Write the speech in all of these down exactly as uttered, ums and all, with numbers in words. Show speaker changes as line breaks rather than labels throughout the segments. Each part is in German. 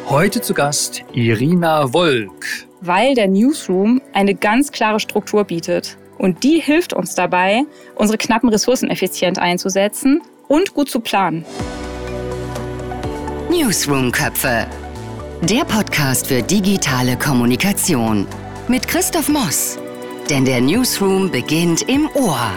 Heute zu Gast Irina Wolk.
Weil der Newsroom eine ganz klare Struktur bietet. Und die hilft uns dabei, unsere knappen Ressourcen effizient einzusetzen und gut zu planen.
Newsroom-Köpfe. Der Podcast für digitale Kommunikation. Mit Christoph Moss. Denn der Newsroom beginnt im Ohr.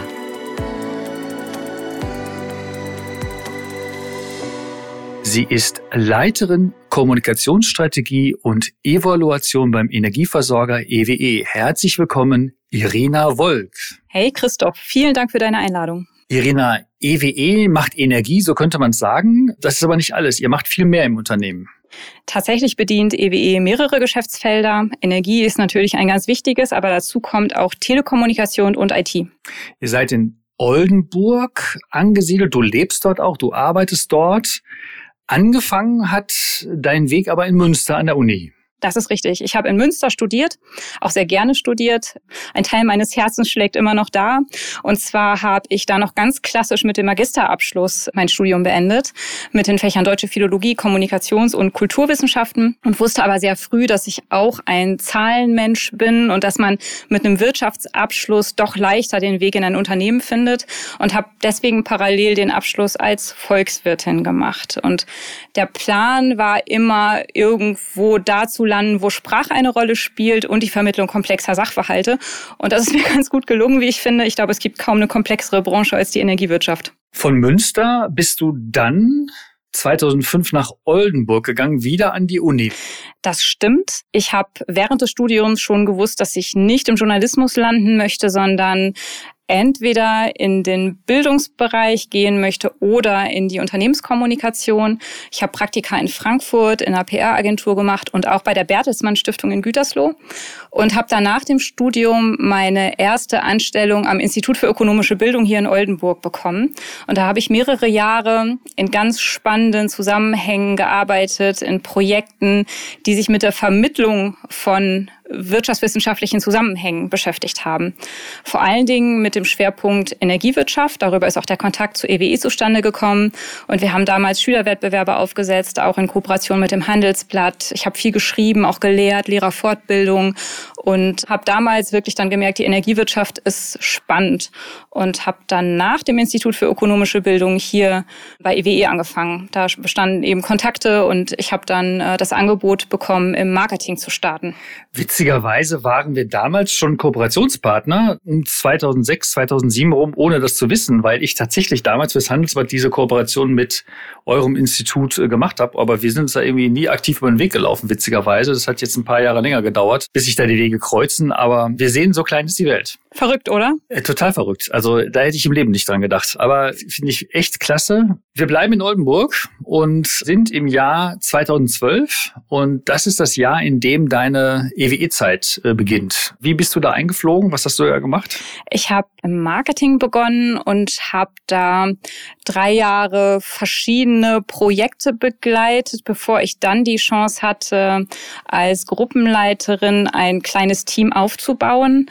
Sie ist Leiterin Kommunikationsstrategie und Evaluation beim Energieversorger E W E. Herzlich willkommen, Irina Wolk.
Hey Christoph, vielen Dank für deine Einladung.
Irina, E W E macht Energie, so könnte man es sagen. Das ist aber nicht alles. Ihr macht viel mehr im Unternehmen.
Tatsächlich bedient E W E mehrere Geschäftsfelder. Energie ist natürlich ein ganz wichtiges, aber dazu kommt auch Telekommunikation und I T.
Ihr seid in Oldenburg angesiedelt. Du lebst dort auch, du arbeitest dort. Angefangen hat dein Weg aber in Münster an der Uni.
Das ist richtig. Ich habe in Münster studiert, auch sehr gerne studiert. Ein Teil meines Herzens schlägt immer noch da. Und zwar habe ich da noch ganz klassisch mit dem Magisterabschluss mein Studium beendet, mit den Fächern Deutsche Philologie, Kommunikations- und Kulturwissenschaften und wusste aber sehr früh, dass ich auch ein Zahlenmensch bin und dass man mit einem Wirtschaftsabschluss doch leichter den Weg in ein Unternehmen findet und habe deswegen parallel den Abschluss als Volkswirtin gemacht. Und der Plan war immer irgendwo dazu landen, wo Sprache eine Rolle spielt und die Vermittlung komplexer Sachverhalte. Und das ist mir ganz gut gelungen, wie ich finde. Ich glaube, es gibt kaum eine komplexere Branche als die Energiewirtschaft.
Von Münster bist du dann zweitausendfünf nach Oldenburg gegangen, wieder an die Uni.
Das stimmt. Ich habe während des Studiums schon gewusst, dass ich nicht im Journalismus landen möchte, sondern entweder in den Bildungsbereich gehen möchte oder in die Unternehmenskommunikation. Ich habe Praktika in Frankfurt in einer P R-Agentur gemacht und auch bei der Bertelsmann Stiftung in Gütersloh und habe dann nach dem Studium meine erste Anstellung am Institut für ökonomische Bildung hier in Oldenburg bekommen. Und da habe ich mehrere Jahre in ganz spannenden Zusammenhängen gearbeitet, in Projekten, die sich mit der Vermittlung von wirtschaftswissenschaftlichen Zusammenhängen beschäftigt haben. Vor allen Dingen mit dem Schwerpunkt Energiewirtschaft. Darüber ist auch der Kontakt zu E W E zustande gekommen. Und wir haben damals Schülerwettbewerbe aufgesetzt, auch in Kooperation mit dem Handelsblatt. Ich habe viel geschrieben, auch gelehrt, Lehrerfortbildung und habe damals wirklich dann gemerkt, die Energiewirtschaft ist spannend und habe dann nach dem Institut für ökonomische Bildung hier bei E W E angefangen. Da bestanden eben Kontakte und ich habe dann äh, das Angebot bekommen, im Marketing zu starten.
Witzigerweise waren wir damals schon Kooperationspartner um zweitausendsechs, zweitausendsieben rum, ohne das zu wissen, weil ich tatsächlich damals fürs Handelsblatt diese Kooperation mit eurem Institut gemacht habe. Aber wir sind uns da irgendwie nie aktiv über den Weg gelaufen, witzigerweise. Das hat jetzt ein paar Jahre länger gedauert, bis sich da die Wege kreuzen. Aber wir sehen, so klein ist die Welt.
Verrückt, oder?
Äh, total verrückt. Also da hätte ich im Leben nicht dran gedacht. Aber finde ich echt klasse. Wir bleiben in Oldenburg und sind im Jahr zweitausendzwölf. Und das ist das Jahr, in dem deine E W E-Zeit äh, beginnt. Wie bist du da eingeflogen? Was hast du da gemacht?
Ich habe im Marketing begonnen und habe da drei Jahre verschiedene Projekte begleitet, bevor ich dann die Chance hatte, als Gruppenleiterin ein kleines Team aufzubauen.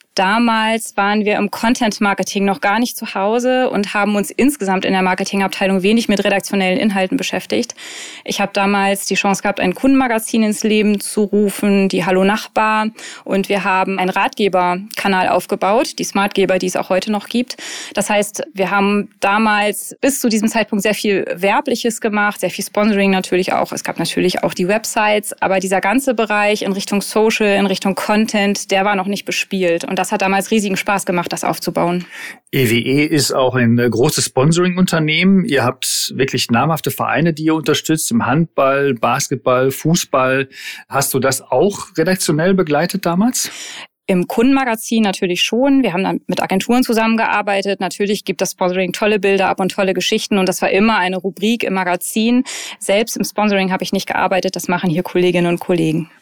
Damals waren wir im Content-Marketing noch gar nicht zu Hause und haben uns insgesamt in der Marketingabteilung wenig mit redaktionellen Inhalten beschäftigt. Ich habe damals die Chance gehabt, ein Kundenmagazin ins Leben zu rufen, die Hallo Nachbar. Und wir haben einen Ratgeberkanal aufgebaut, die Smartgeber, die es auch heute noch gibt. Das heißt, wir haben damals bis zu diesem Zeitpunkt sehr viel Werbliches gemacht, sehr viel Sponsoring natürlich auch. Es gab natürlich auch die Websites, aber dieser ganze Bereich in Richtung Social, in Richtung Content, der war noch nicht bespielt. Und das hat damals riesigen Spaß gemacht, das aufzubauen.
E W E ist auch ein großes Sponsoring-Unternehmen. Ihr habt wirklich namhafte Vereine, die ihr unterstützt, im Handball, Basketball, Fußball. Hast du das auch redaktionell begleitet damals?
Im Kundenmagazin natürlich schon. Wir haben dann mit Agenturen zusammengearbeitet. Natürlich gibt das Sponsoring tolle Bilder ab und tolle Geschichten. Und das war immer eine Rubrik im Magazin. Selbst im Sponsoring habe ich nicht gearbeitet. Das machen hier Kolleginnen und Kollegen.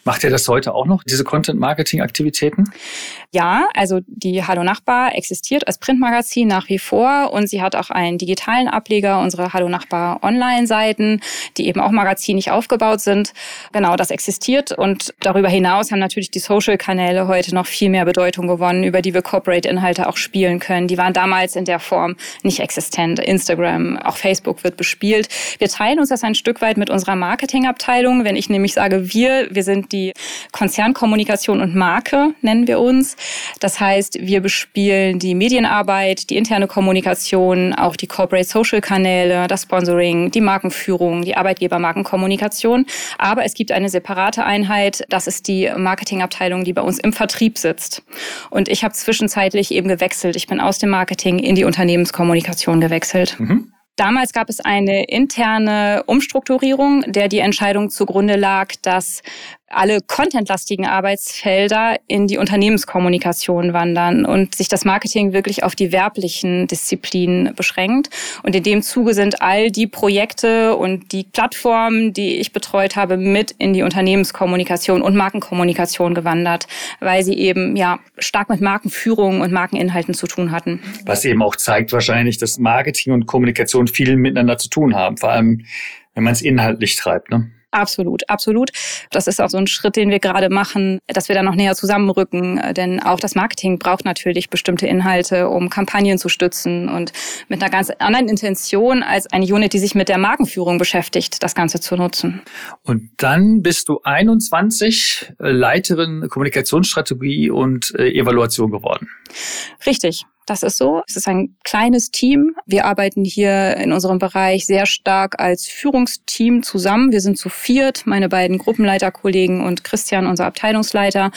Macht ihr das heute auch noch, diese Content-Marketing-Aktivitäten?
Ja, also die Hallo Nachbar existiert als Printmagazin nach wie vor und sie hat auch einen digitalen Ableger, unsere Hallo Nachbar Online-Seiten, die eben auch magazinig aufgebaut sind. Genau, das existiert und darüber hinaus haben natürlich die Social-Kanäle heute noch viel mehr Bedeutung gewonnen, über die wir Corporate-Inhalte auch spielen können. Die waren damals in der Form nicht existent. Instagram, auch Facebook wird bespielt. Wir teilen uns das ein Stück weit mit unserer Marketingabteilung. Wenn ich nämlich sage wir, wir sind die Konzernkommunikation und Marke, nennen wir uns. Das heißt, wir bespielen die Medienarbeit, die interne Kommunikation, auch die Corporate Social Kanäle, das Sponsoring, die Markenführung, die Arbeitgebermarkenkommunikation. Aber es gibt eine separate Einheit, das ist die Marketingabteilung, die bei uns im Vertrieb sitzt. Und ich habe zwischenzeitlich eben gewechselt. Ich bin aus dem Marketing in die Unternehmenskommunikation gewechselt. Mhm. Damals gab es eine interne Umstrukturierung, der die Entscheidung zugrunde lag, dass alle contentlastigen Arbeitsfelder in die Unternehmenskommunikation wandern und sich das Marketing wirklich auf die werblichen Disziplinen beschränkt. Und in dem Zuge sind all die Projekte und die Plattformen, die ich betreut habe, mit in die Unternehmenskommunikation und Markenkommunikation gewandert, weil sie eben ja stark mit Markenführung und Markeninhalten zu tun hatten.
Was eben auch zeigt wahrscheinlich, dass Marketing und Kommunikation viel miteinander zu tun haben, vor allem wenn man es inhaltlich treibt, ne?
Absolut, absolut. Das ist auch so ein Schritt, den wir gerade machen, dass wir da noch näher zusammenrücken. Denn auch das Marketing braucht natürlich bestimmte Inhalte, um Kampagnen zu stützen und mit einer ganz anderen Intention als eine Unit, die sich mit der Markenführung beschäftigt, das Ganze zu nutzen.
Und dann bist du einundzwanzig Leiterin Kommunikationsstrategie und Evaluation geworden.
Richtig. Das ist so. Es ist ein kleines Team. Wir arbeiten hier in unserem Bereich sehr stark als Führungsteam zusammen. Wir sind zu viert, meine beiden Gruppenleiterkollegen und Christian, unser Abteilungsleiter.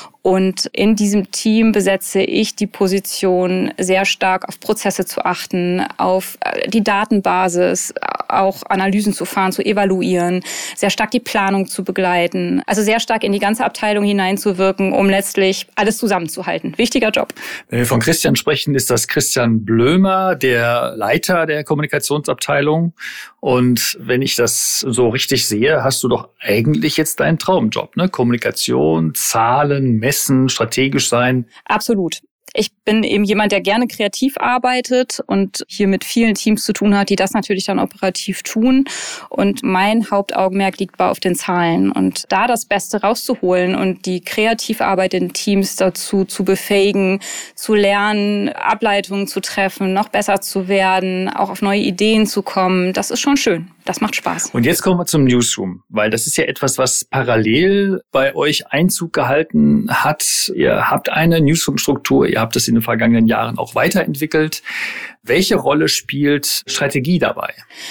Und in diesem Team besetze ich die Position, sehr stark auf Prozesse zu achten, auf die Datenbasis, auch Analysen zu fahren, zu evaluieren, sehr stark die Planung zu begleiten. Also sehr stark in die ganze Abteilung hineinzuwirken, um letztlich alles zusammenzuhalten. Wichtiger Job.
Wenn wir von Christian sprechen, ist das Christian Blömer, der Leiter der Kommunikationsabteilung. Und wenn ich das so richtig sehe, hast du doch eigentlich jetzt deinen Traumjob, ne? Kommunikation, Zahlen, Messen, strategisch sein.
Absolut. Ich bin eben jemand, der gerne kreativ arbeitet und hier mit vielen Teams zu tun hat, die das natürlich dann operativ tun. Und mein Hauptaugenmerk liegt auf den Zahlen. Und da das Beste rauszuholen und die kreativ arbeitenden Teams dazu zu befähigen, zu lernen, Ableitungen zu treffen, noch besser zu werden, auch auf neue Ideen zu kommen, das ist schon schön. Das macht Spaß.
Und jetzt kommen wir zum Newsroom, weil das ist ja etwas, was parallel bei euch Einzug gehalten hat. Ihr habt eine Newsroom-Struktur, ihr habt das in den vergangenen Jahren auch weiterentwickelt. Welche Rolle spielt Strategie dabei?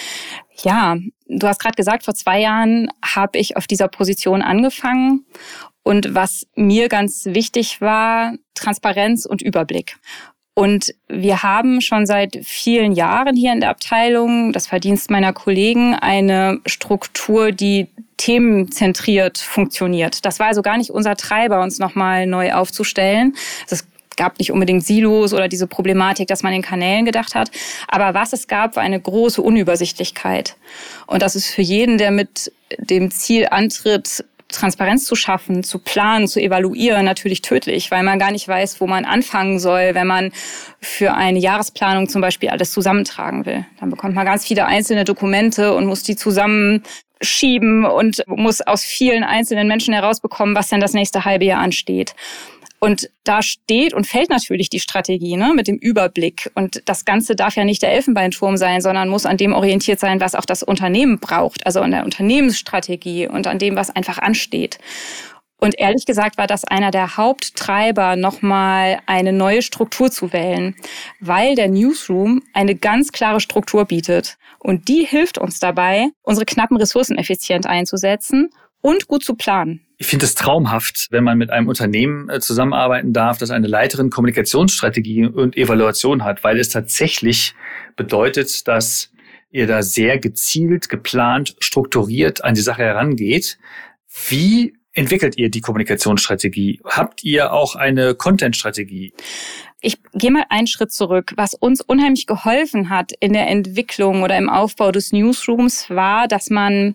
Ja, du hast gerade gesagt, vor zwei Jahren habe ich auf dieser Position angefangen. Und was mir ganz wichtig war, Transparenz und Überblick. Und wir haben schon seit vielen Jahren hier in der Abteilung, das Verdienst meiner Kollegen, eine Struktur, die themenzentriert funktioniert. Das war also gar nicht unser Treiber, uns nochmal neu aufzustellen. Es gab nicht unbedingt Silos oder diese Problematik, dass man in Kanälen gedacht hat. Aber was es gab, war eine große Unübersichtlichkeit. Und das ist für jeden, der mit dem Ziel antritt, Transparenz zu schaffen, zu planen, zu evaluieren, natürlich tödlich, weil man gar nicht weiß, wo man anfangen soll, wenn man für eine Jahresplanung zum Beispiel alles zusammentragen will. Dann bekommt man ganz viele einzelne Dokumente und muss die zusammenschieben und muss aus vielen einzelnen Menschen herausbekommen, was denn das nächste halbe Jahr ansteht. Und da steht und fällt natürlich die Strategie, ne, mit dem Überblick. Und das Ganze darf ja nicht der Elfenbeinturm sein, sondern muss an dem orientiert sein, was auch das Unternehmen braucht. Also an der Unternehmensstrategie und an dem, was einfach ansteht. Und ehrlich gesagt war das einer der Haupttreiber, nochmal eine neue Struktur zu wählen, weil der Newsroom eine ganz klare Struktur bietet. Und die hilft uns dabei, unsere knappen Ressourcen effizient einzusetzen und gut zu planen.
Ich finde es traumhaft, wenn man mit einem Unternehmen zusammenarbeiten darf, das eine Leiterin Kommunikationsstrategie und Evaluation hat, weil es tatsächlich bedeutet, dass ihr da sehr gezielt, geplant, strukturiert an die Sache herangeht. Wie entwickelt ihr die Kommunikationsstrategie? Habt ihr auch eine Content-Strategie?
Ich gehe mal einen Schritt zurück. Was uns unheimlich geholfen hat in der Entwicklung oder im Aufbau des Newsrooms war, dass man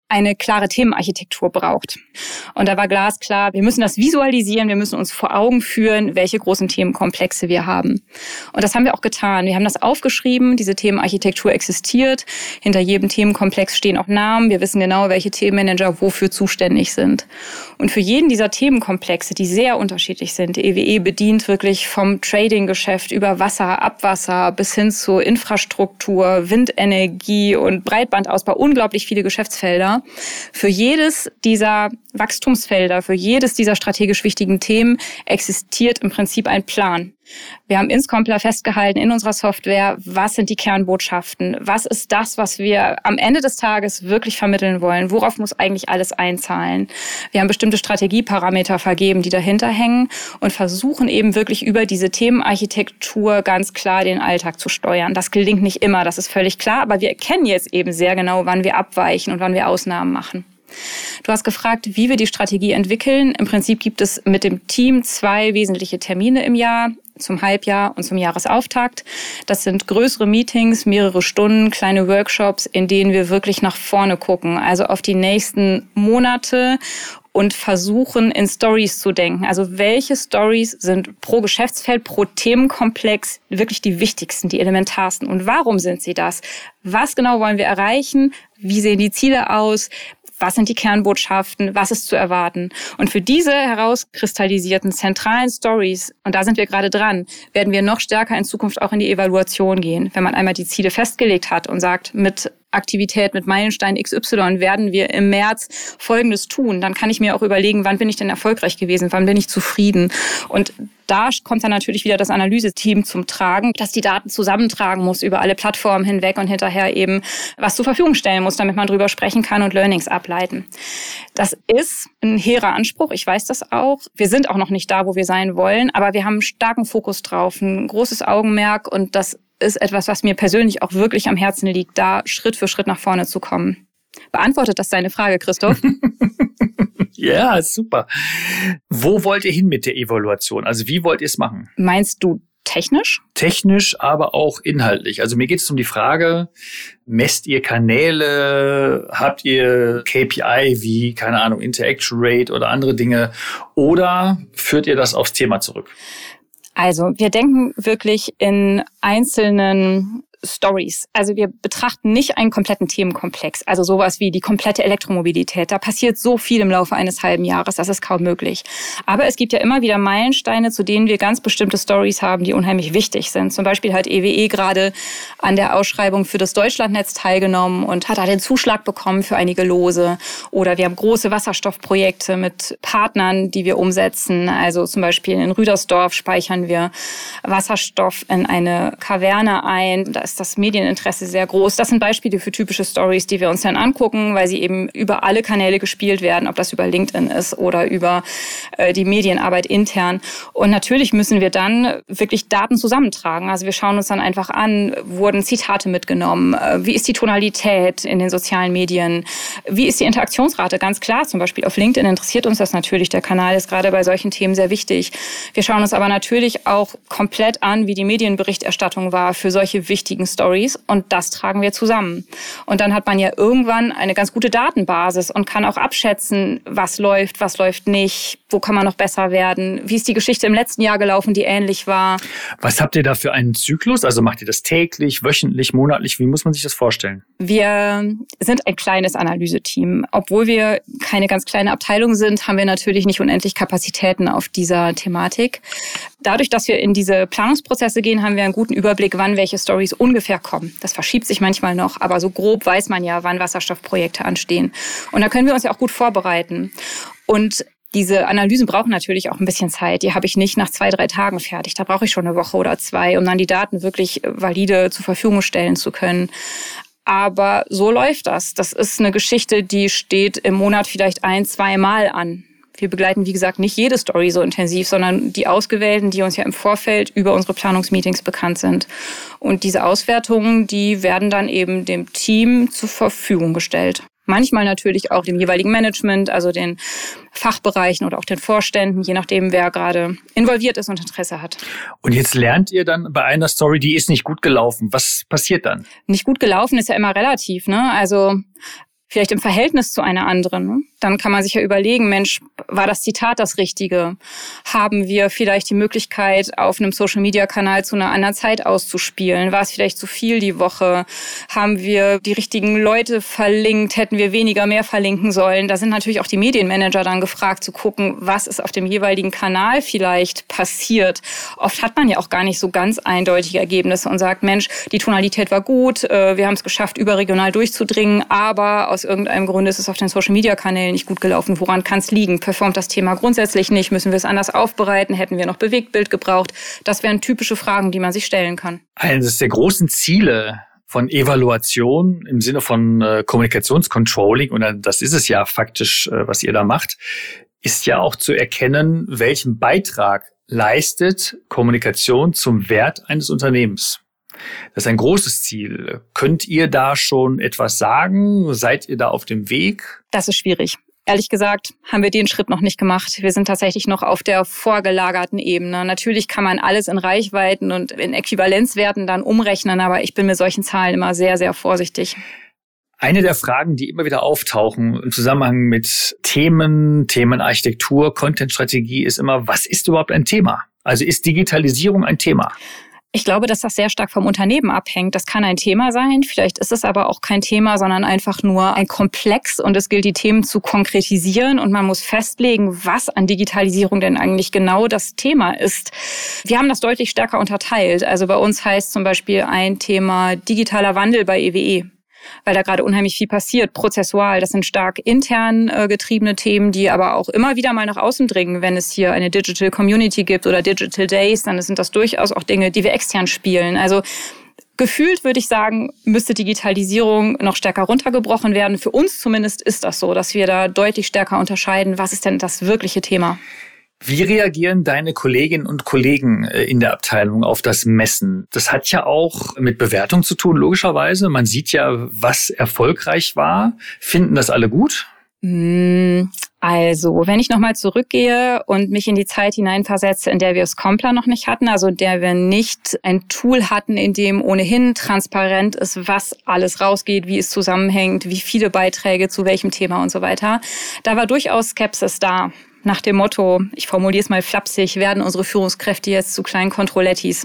eine klare Themenarchitektur braucht. Und da war glasklar, wir müssen das visualisieren, wir müssen uns vor Augen führen, welche großen Themenkomplexe wir haben. Und das haben wir auch getan. Wir haben das aufgeschrieben, diese Themenarchitektur existiert. Hinter jedem Themenkomplex stehen auch Namen. Wir wissen genau, welche Themenmanager wofür zuständig sind. Und für jeden dieser Themenkomplexe, die sehr unterschiedlich sind, die E W E bedient wirklich vom Trading-Geschäft über Wasser, Abwasser bis hin zur Infrastruktur, Windenergie und Breitbandausbau, unglaublich viele Geschäftsfelder. Für jedes dieser Wachstumsfelder, für jedes dieser strategisch wichtigen Themen existiert im Prinzip ein Plan. Wir haben Inscompler festgehalten in unserer Software, was sind die Kernbotschaften, was ist das, was wir am Ende des Tages wirklich vermitteln wollen, worauf muss eigentlich alles einzahlen. Wir haben bestimmte Strategieparameter vergeben, die dahinter hängen und versuchen eben wirklich über diese Themenarchitektur ganz klar den Alltag zu steuern. Das gelingt nicht immer, das ist völlig klar, aber wir erkennen jetzt eben sehr genau, wann wir abweichen und wann wir Ausnahmen machen. Du hast gefragt, wie wir die Strategie entwickeln. Im Prinzip gibt es mit dem Team zwei wesentliche Termine im Jahr, zum Halbjahr und zum Jahresauftakt. Das sind größere Meetings, mehrere Stunden, kleine Workshops, in denen wir wirklich nach vorne gucken, also auf die nächsten Monate und versuchen, in Stories zu denken. Also welche Stories sind pro Geschäftsfeld, pro Themenkomplex wirklich die wichtigsten, die elementarsten? Und warum sind sie das? Was genau wollen wir erreichen? Wie sehen die Ziele aus? Was sind die Kernbotschaften? Was ist zu erwarten? Und für diese herauskristallisierten zentralen Stories, und da sind wir gerade dran, werden wir noch stärker in Zukunft auch in die Evaluation gehen. Wenn man einmal die Ziele festgelegt hat und sagt, mit Aktivität, mit Meilenstein X Y werden wir im März Folgendes tun, dann kann ich mir auch überlegen, wann bin ich denn erfolgreich gewesen, wann bin ich zufrieden. Und da kommt dann natürlich wieder das Analyseteam zum Tragen, das die Daten zusammentragen muss über alle Plattformen hinweg und hinterher eben was zur Verfügung stellen muss, damit man drüber sprechen kann und Learnings ableiten. Das ist ein hehrer Anspruch, ich weiß das auch. Wir sind auch noch nicht da, wo wir sein wollen, aber wir haben einen starken Fokus drauf, ein großes Augenmerk und das ist etwas, was mir persönlich auch wirklich am Herzen liegt, da Schritt für Schritt nach vorne zu kommen. Beantwortet das deine Frage, Christoph?
Ja, super. Wo wollt ihr hin mit der Evaluation? Also wie wollt ihr es machen?
Meinst du technisch?
Technisch, aber auch inhaltlich. Also mir geht es um die Frage, messt ihr Kanäle, habt ihr K P I wie, keine Ahnung, Interaction Rate oder andere Dinge oder führt ihr das aufs Thema zurück?
Also wir denken wirklich in einzelnen Stories. Also wir betrachten nicht einen kompletten Themenkomplex, also sowas wie die komplette Elektromobilität. Da passiert so viel im Laufe eines halben Jahres, das ist kaum möglich. Aber es gibt ja immer wieder Meilensteine, zu denen wir ganz bestimmte Stories haben, die unheimlich wichtig sind. Zum Beispiel hat E W E gerade an der Ausschreibung für das Deutschlandnetz teilgenommen und hat da den Zuschlag bekommen für einige Lose. Oder wir haben große Wasserstoffprojekte mit Partnern, die wir umsetzen. Also zum Beispiel in Rüdersdorf speichern wir Wasserstoff in eine Kaverne ein. Da ist das Medieninteresse sehr groß. Das sind Beispiele für typische Stories, die wir uns dann angucken, weil sie eben über alle Kanäle gespielt werden, ob das über LinkedIn ist oder über äh, die Medienarbeit intern. Und natürlich müssen wir dann wirklich Daten zusammentragen. Also wir schauen uns dann einfach an, wurden Zitate mitgenommen, äh, wie ist die Tonalität in den sozialen Medien, wie ist die Interaktionsrate? Ganz klar, zum Beispiel auf LinkedIn interessiert uns das natürlich. Der Kanal ist gerade bei solchen Themen sehr wichtig. Wir schauen uns aber natürlich auch komplett an, wie die Medienberichterstattung war für solche wichtigen Stories und das tragen wir zusammen. Und dann hat man ja irgendwann eine ganz gute Datenbasis und kann auch abschätzen, was läuft, was läuft nicht, wo kann man noch besser werden, wie ist die Geschichte im letzten Jahr gelaufen, die ähnlich war.
Was habt ihr da für einen Zyklus? Also macht ihr das täglich, wöchentlich, monatlich? Wie muss man sich das vorstellen?
Wir sind ein kleines Analyseteam. Obwohl wir keine ganz kleine Abteilung sind, haben wir natürlich nicht unendlich Kapazitäten auf dieser Thematik. Dadurch, dass wir in diese Planungsprozesse gehen, haben wir einen guten Überblick, wann welche Stories ungefähr kommen. Das verschiebt sich manchmal noch, aber so grob weiß man ja, wann Wasserstoffprojekte anstehen. Und da können wir uns ja auch gut vorbereiten. Und diese Analysen brauchen natürlich auch ein bisschen Zeit. Die habe ich nicht nach zwei, drei Tagen fertig. Da brauche ich schon eine Woche oder zwei, um dann die Daten wirklich valide zur Verfügung stellen zu können. Aber so läuft das. Das ist eine Geschichte, die steht im Monat vielleicht ein, zwei Mal an. Wir begleiten, wie gesagt, nicht jede Story so intensiv, sondern die ausgewählten, die uns ja im Vorfeld über unsere Planungsmeetings bekannt sind. Und diese Auswertungen, die werden dann eben dem Team zur Verfügung gestellt. Manchmal natürlich auch dem jeweiligen Management, also den Fachbereichen oder auch den Vorständen, je nachdem, wer gerade involviert ist und Interesse hat.
Und jetzt lernt ihr dann bei einer Story, die ist nicht gut gelaufen. Was passiert dann?
Nicht gut gelaufen ist ja immer relativ, ne? Also vielleicht im Verhältnis zu einer anderen. Dann kann man sich ja überlegen, Mensch, war das Zitat das Richtige? Haben wir vielleicht die Möglichkeit, auf einem Social-Media-Kanal zu einer anderen Zeit auszuspielen? War es vielleicht zu viel die Woche? Haben wir die richtigen Leute verlinkt? Hätten wir weniger mehr verlinken sollen? Da sind natürlich auch die Medienmanager dann gefragt, zu gucken, was ist auf dem jeweiligen Kanal vielleicht passiert. Oft hat man ja auch gar nicht so ganz eindeutige Ergebnisse und sagt, Mensch, die Tonalität war gut, wir haben es geschafft, überregional durchzudringen, aber aus irgendeinem Grund ist es auf den Social-Media-Kanälen nicht gut gelaufen. Woran kann es liegen? Performt das Thema grundsätzlich nicht? Müssen wir es anders aufbereiten? Hätten wir noch Bewegtbild gebraucht? Das wären typische Fragen, die man sich stellen kann.
Eines der großen Ziele von Evaluation im Sinne von äh, Kommunikationscontrolling, und das ist es ja faktisch, äh, was ihr da macht, ist ja auch zu erkennen, welchen Beitrag leistet Kommunikation zum Wert eines Unternehmens. Das ist ein großes Ziel. Könnt ihr da schon etwas sagen? Seid ihr da auf dem Weg?
Das ist schwierig. Ehrlich gesagt haben wir den Schritt noch nicht gemacht. Wir sind tatsächlich noch auf der vorgelagerten Ebene. Natürlich kann man alles in Reichweiten und in Äquivalenzwerten dann umrechnen, aber ich bin mit solchen Zahlen immer sehr, sehr vorsichtig.
Eine der Fragen, die immer wieder auftauchen im Zusammenhang mit Themen, Themenarchitektur, Contentstrategie, ist immer, was ist überhaupt ein Thema? Also ist Digitalisierung ein Thema?
Ich glaube, dass das sehr stark vom Unternehmen abhängt. Das kann ein Thema sein, vielleicht ist es aber auch kein Thema, sondern einfach nur ein Komplex und es gilt, die Themen zu konkretisieren und man muss festlegen, was an Digitalisierung denn eigentlich genau das Thema ist. Wir haben das deutlich stärker unterteilt. Also bei uns heißt zum Beispiel ein Thema digitaler Wandel bei E W E. Weil da gerade unheimlich viel passiert, prozessual. Das sind stark intern äh, getriebene Themen, die aber auch immer wieder mal nach außen dringen. Wenn es hier eine Digital Community gibt oder Digital Days, dann sind das durchaus auch Dinge, die wir extern spielen. Also gefühlt würde ich sagen, müsste Digitalisierung noch stärker runtergebrochen werden. Für uns zumindest ist das so, dass wir da deutlich stärker unterscheiden, was ist denn das wirkliche Thema.
Wie reagieren deine Kolleginnen und Kollegen in der Abteilung auf das Messen? Das hat ja auch mit Bewertung zu tun, logischerweise. Man sieht ja, was erfolgreich war. Finden das alle gut?
Also, wenn ich nochmal zurückgehe und mich in die Zeit hineinversetze, in der wir Scompla noch nicht hatten, also in der wir nicht ein Tool hatten, in dem ohnehin transparent ist, was alles rausgeht, wie es zusammenhängt, wie viele Beiträge zu welchem Thema und so weiter, da war durchaus Skepsis da. Nach dem Motto, ich formuliere es mal flapsig, werden unsere Führungskräfte jetzt zu kleinen Kontrollettis.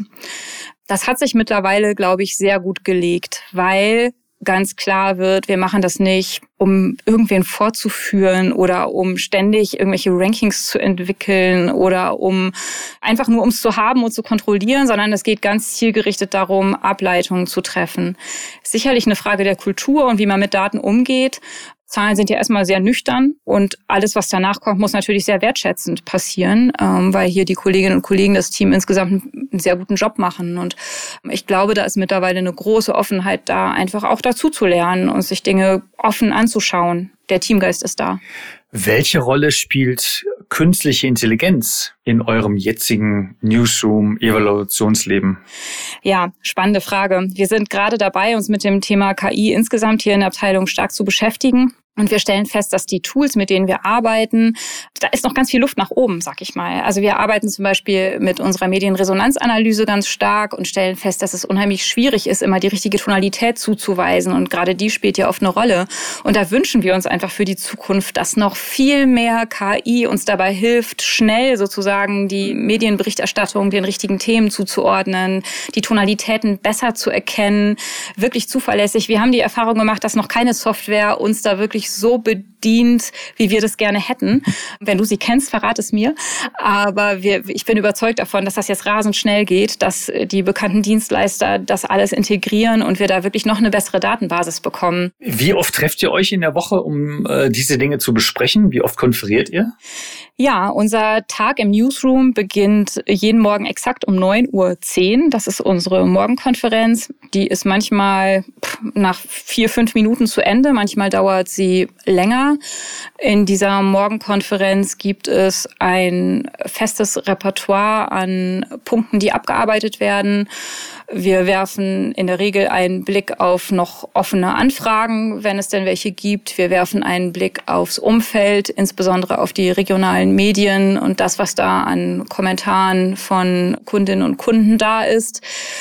Das hat sich mittlerweile, glaube ich, sehr gut gelegt, weil ganz klar wird, wir machen das nicht, um irgendwen vorzuführen oder um ständig irgendwelche Rankings zu entwickeln oder um einfach nur, um es zu haben und zu kontrollieren, sondern es geht ganz zielgerichtet darum, Ableitungen zu treffen. Sicherlich eine Frage der Kultur und wie man mit Daten umgeht. Zahlen sind ja erstmal sehr nüchtern und alles, was danach kommt, muss natürlich sehr wertschätzend passieren, weil hier die Kolleginnen und Kollegen, das Team insgesamt einen sehr guten Job machen. Und ich glaube, da ist mittlerweile eine große Offenheit da, einfach auch dazu zu lernen und sich Dinge offen anzuschauen. Der Teamgeist ist da.
Welche Rolle spielt künstliche Intelligenz in eurem jetzigen Newsroom-Evaluationsleben?
Ja, spannende Frage. Wir sind gerade dabei, uns mit dem Thema K I insgesamt hier in der Abteilung stark zu beschäftigen. Und wir stellen fest, dass die Tools, mit denen wir arbeiten, da ist noch ganz viel Luft nach oben, sag ich mal. Also wir arbeiten zum Beispiel mit unserer Medienresonanzanalyse ganz stark und stellen fest, dass es unheimlich schwierig ist, immer die richtige Tonalität zuzuweisen. Und gerade die spielt ja oft eine Rolle. Und da wünschen wir uns einfach für die Zukunft, dass noch viel mehr K I uns dabei hilft, schnell sozusagen die Medienberichterstattung den richtigen Themen zuzuordnen, die Tonalitäten besser zu erkennen, wirklich zuverlässig. Wir haben die Erfahrung gemacht, dass noch keine Software uns da wirklich so bedient, wie wir das gerne hätten. Wenn du sie kennst, verrat es mir. Aber wir, ich bin überzeugt davon, dass das jetzt rasend schnell geht, dass die bekannten Dienstleister das alles integrieren und wir da wirklich noch eine bessere Datenbasis bekommen.
Wie oft trefft ihr euch in der Woche, um äh, diese Dinge zu besprechen? Wie oft konferiert ihr?
Ja, unser Tag im Newsroom beginnt jeden Morgen exakt um neun Uhr zehn. Das ist unsere Morgenkonferenz. Die ist manchmal nach vier, fünf Minuten zu Ende. Manchmal dauert sie länger. In dieser Morgenkonferenz gibt es ein festes Repertoire an Punkten, die abgearbeitet werden. Wir werfen in der Regel einen Blick auf noch offene Anfragen, wenn es denn welche gibt. Wir werfen einen Blick aufs Umfeld, insbesondere auf die regionalen Medien und das, was da an Kommentaren von Kundinnen und Kunden da ist.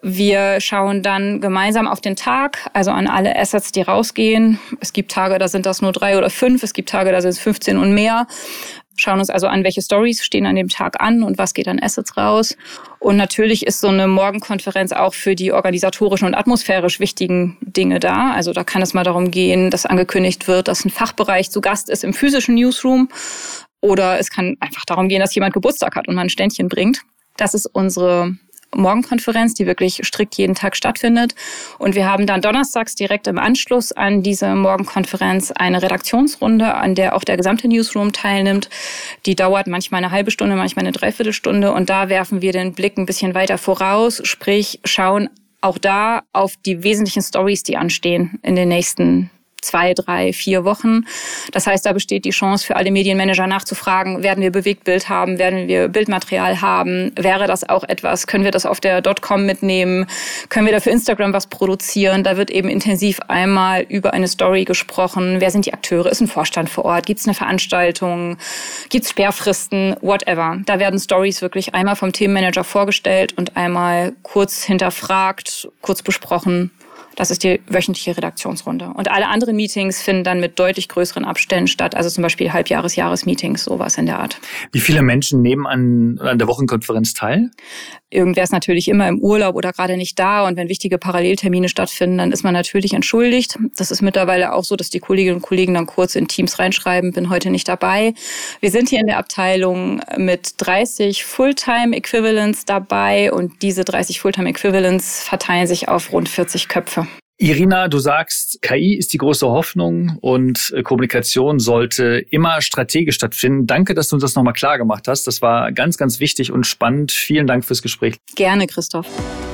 Wir schauen dann gemeinsam auf den Tag, also an alle Assets, die rausgehen. Es gibt Tage, da sind das nur drei oder fünf. Es gibt Tage, da sind es fünfzehn und mehr. Schauen uns also an, welche Stories stehen an dem Tag an und was geht an Assets raus. Und natürlich ist so eine Morgenkonferenz auch für die organisatorischen und atmosphärisch wichtigen Dinge da. Also da kann es mal darum gehen, dass angekündigt wird, dass ein Fachbereich zu Gast ist im physischen Newsroom. Oder es kann einfach darum gehen, dass jemand Geburtstag hat und man ein Ständchen bringt. Das ist unsere Morgenkonferenz, die wirklich strikt jeden Tag stattfindet. Und wir haben dann donnerstags direkt im Anschluss an diese Morgenkonferenz eine Redaktionsrunde, an der auch der gesamte Newsroom teilnimmt. Die dauert manchmal eine halbe Stunde, manchmal eine Dreiviertelstunde. Und da werfen wir den Blick ein bisschen weiter voraus, sprich schauen auch da auf die wesentlichen Stories, die anstehen in den nächsten zwei, drei, vier Wochen. Das heißt, da besteht die Chance für alle Medienmanager nachzufragen, werden wir Bewegtbild haben, werden wir Bildmaterial haben, wäre das auch etwas, können wir das auf der .com mitnehmen, können wir da für Instagram was produzieren. Da wird eben intensiv einmal über eine Story gesprochen. Wer sind die Akteure? Ist ein Vorstand vor Ort? Gibt es eine Veranstaltung? Gibt es Sperrfristen? Whatever. Da werden Stories wirklich einmal vom Themenmanager vorgestellt und einmal kurz hinterfragt, kurz besprochen. Das ist die wöchentliche Redaktionsrunde. Und alle anderen Meetings finden dann mit deutlich größeren Abständen statt, also zum Beispiel Halbjahres-, Jahresmeetings, sowas in der Art.
Wie viele Menschen nehmen an, an der Wochenkonferenz teil?
Irgendwer ist natürlich immer im Urlaub oder gerade nicht da. Und wenn wichtige Paralleltermine stattfinden, dann ist man natürlich entschuldigt. Das ist mittlerweile auch so, dass die Kolleginnen und Kollegen dann kurz in Teams reinschreiben, bin heute nicht dabei. Wir sind hier in der Abteilung mit dreißig Fulltime-Equivalents dabei und diese dreißig Fulltime-Equivalents verteilen sich auf rund vierzig Köpfe.
Irina, du sagst, K I ist die große Hoffnung und Kommunikation sollte immer strategisch stattfinden. Danke, dass du uns das nochmal klar gemacht hast. Das war ganz, ganz wichtig und spannend. Vielen Dank fürs Gespräch.
Gerne, Christoph.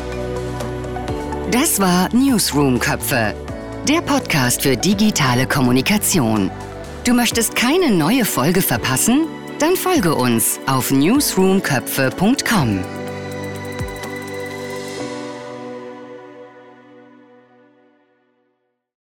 Das war Newsroom-Köpfe, der Podcast für digitale Kommunikation. Du möchtest keine neue Folge verpassen? Dann folge uns auf newsroom köpfe punkt com.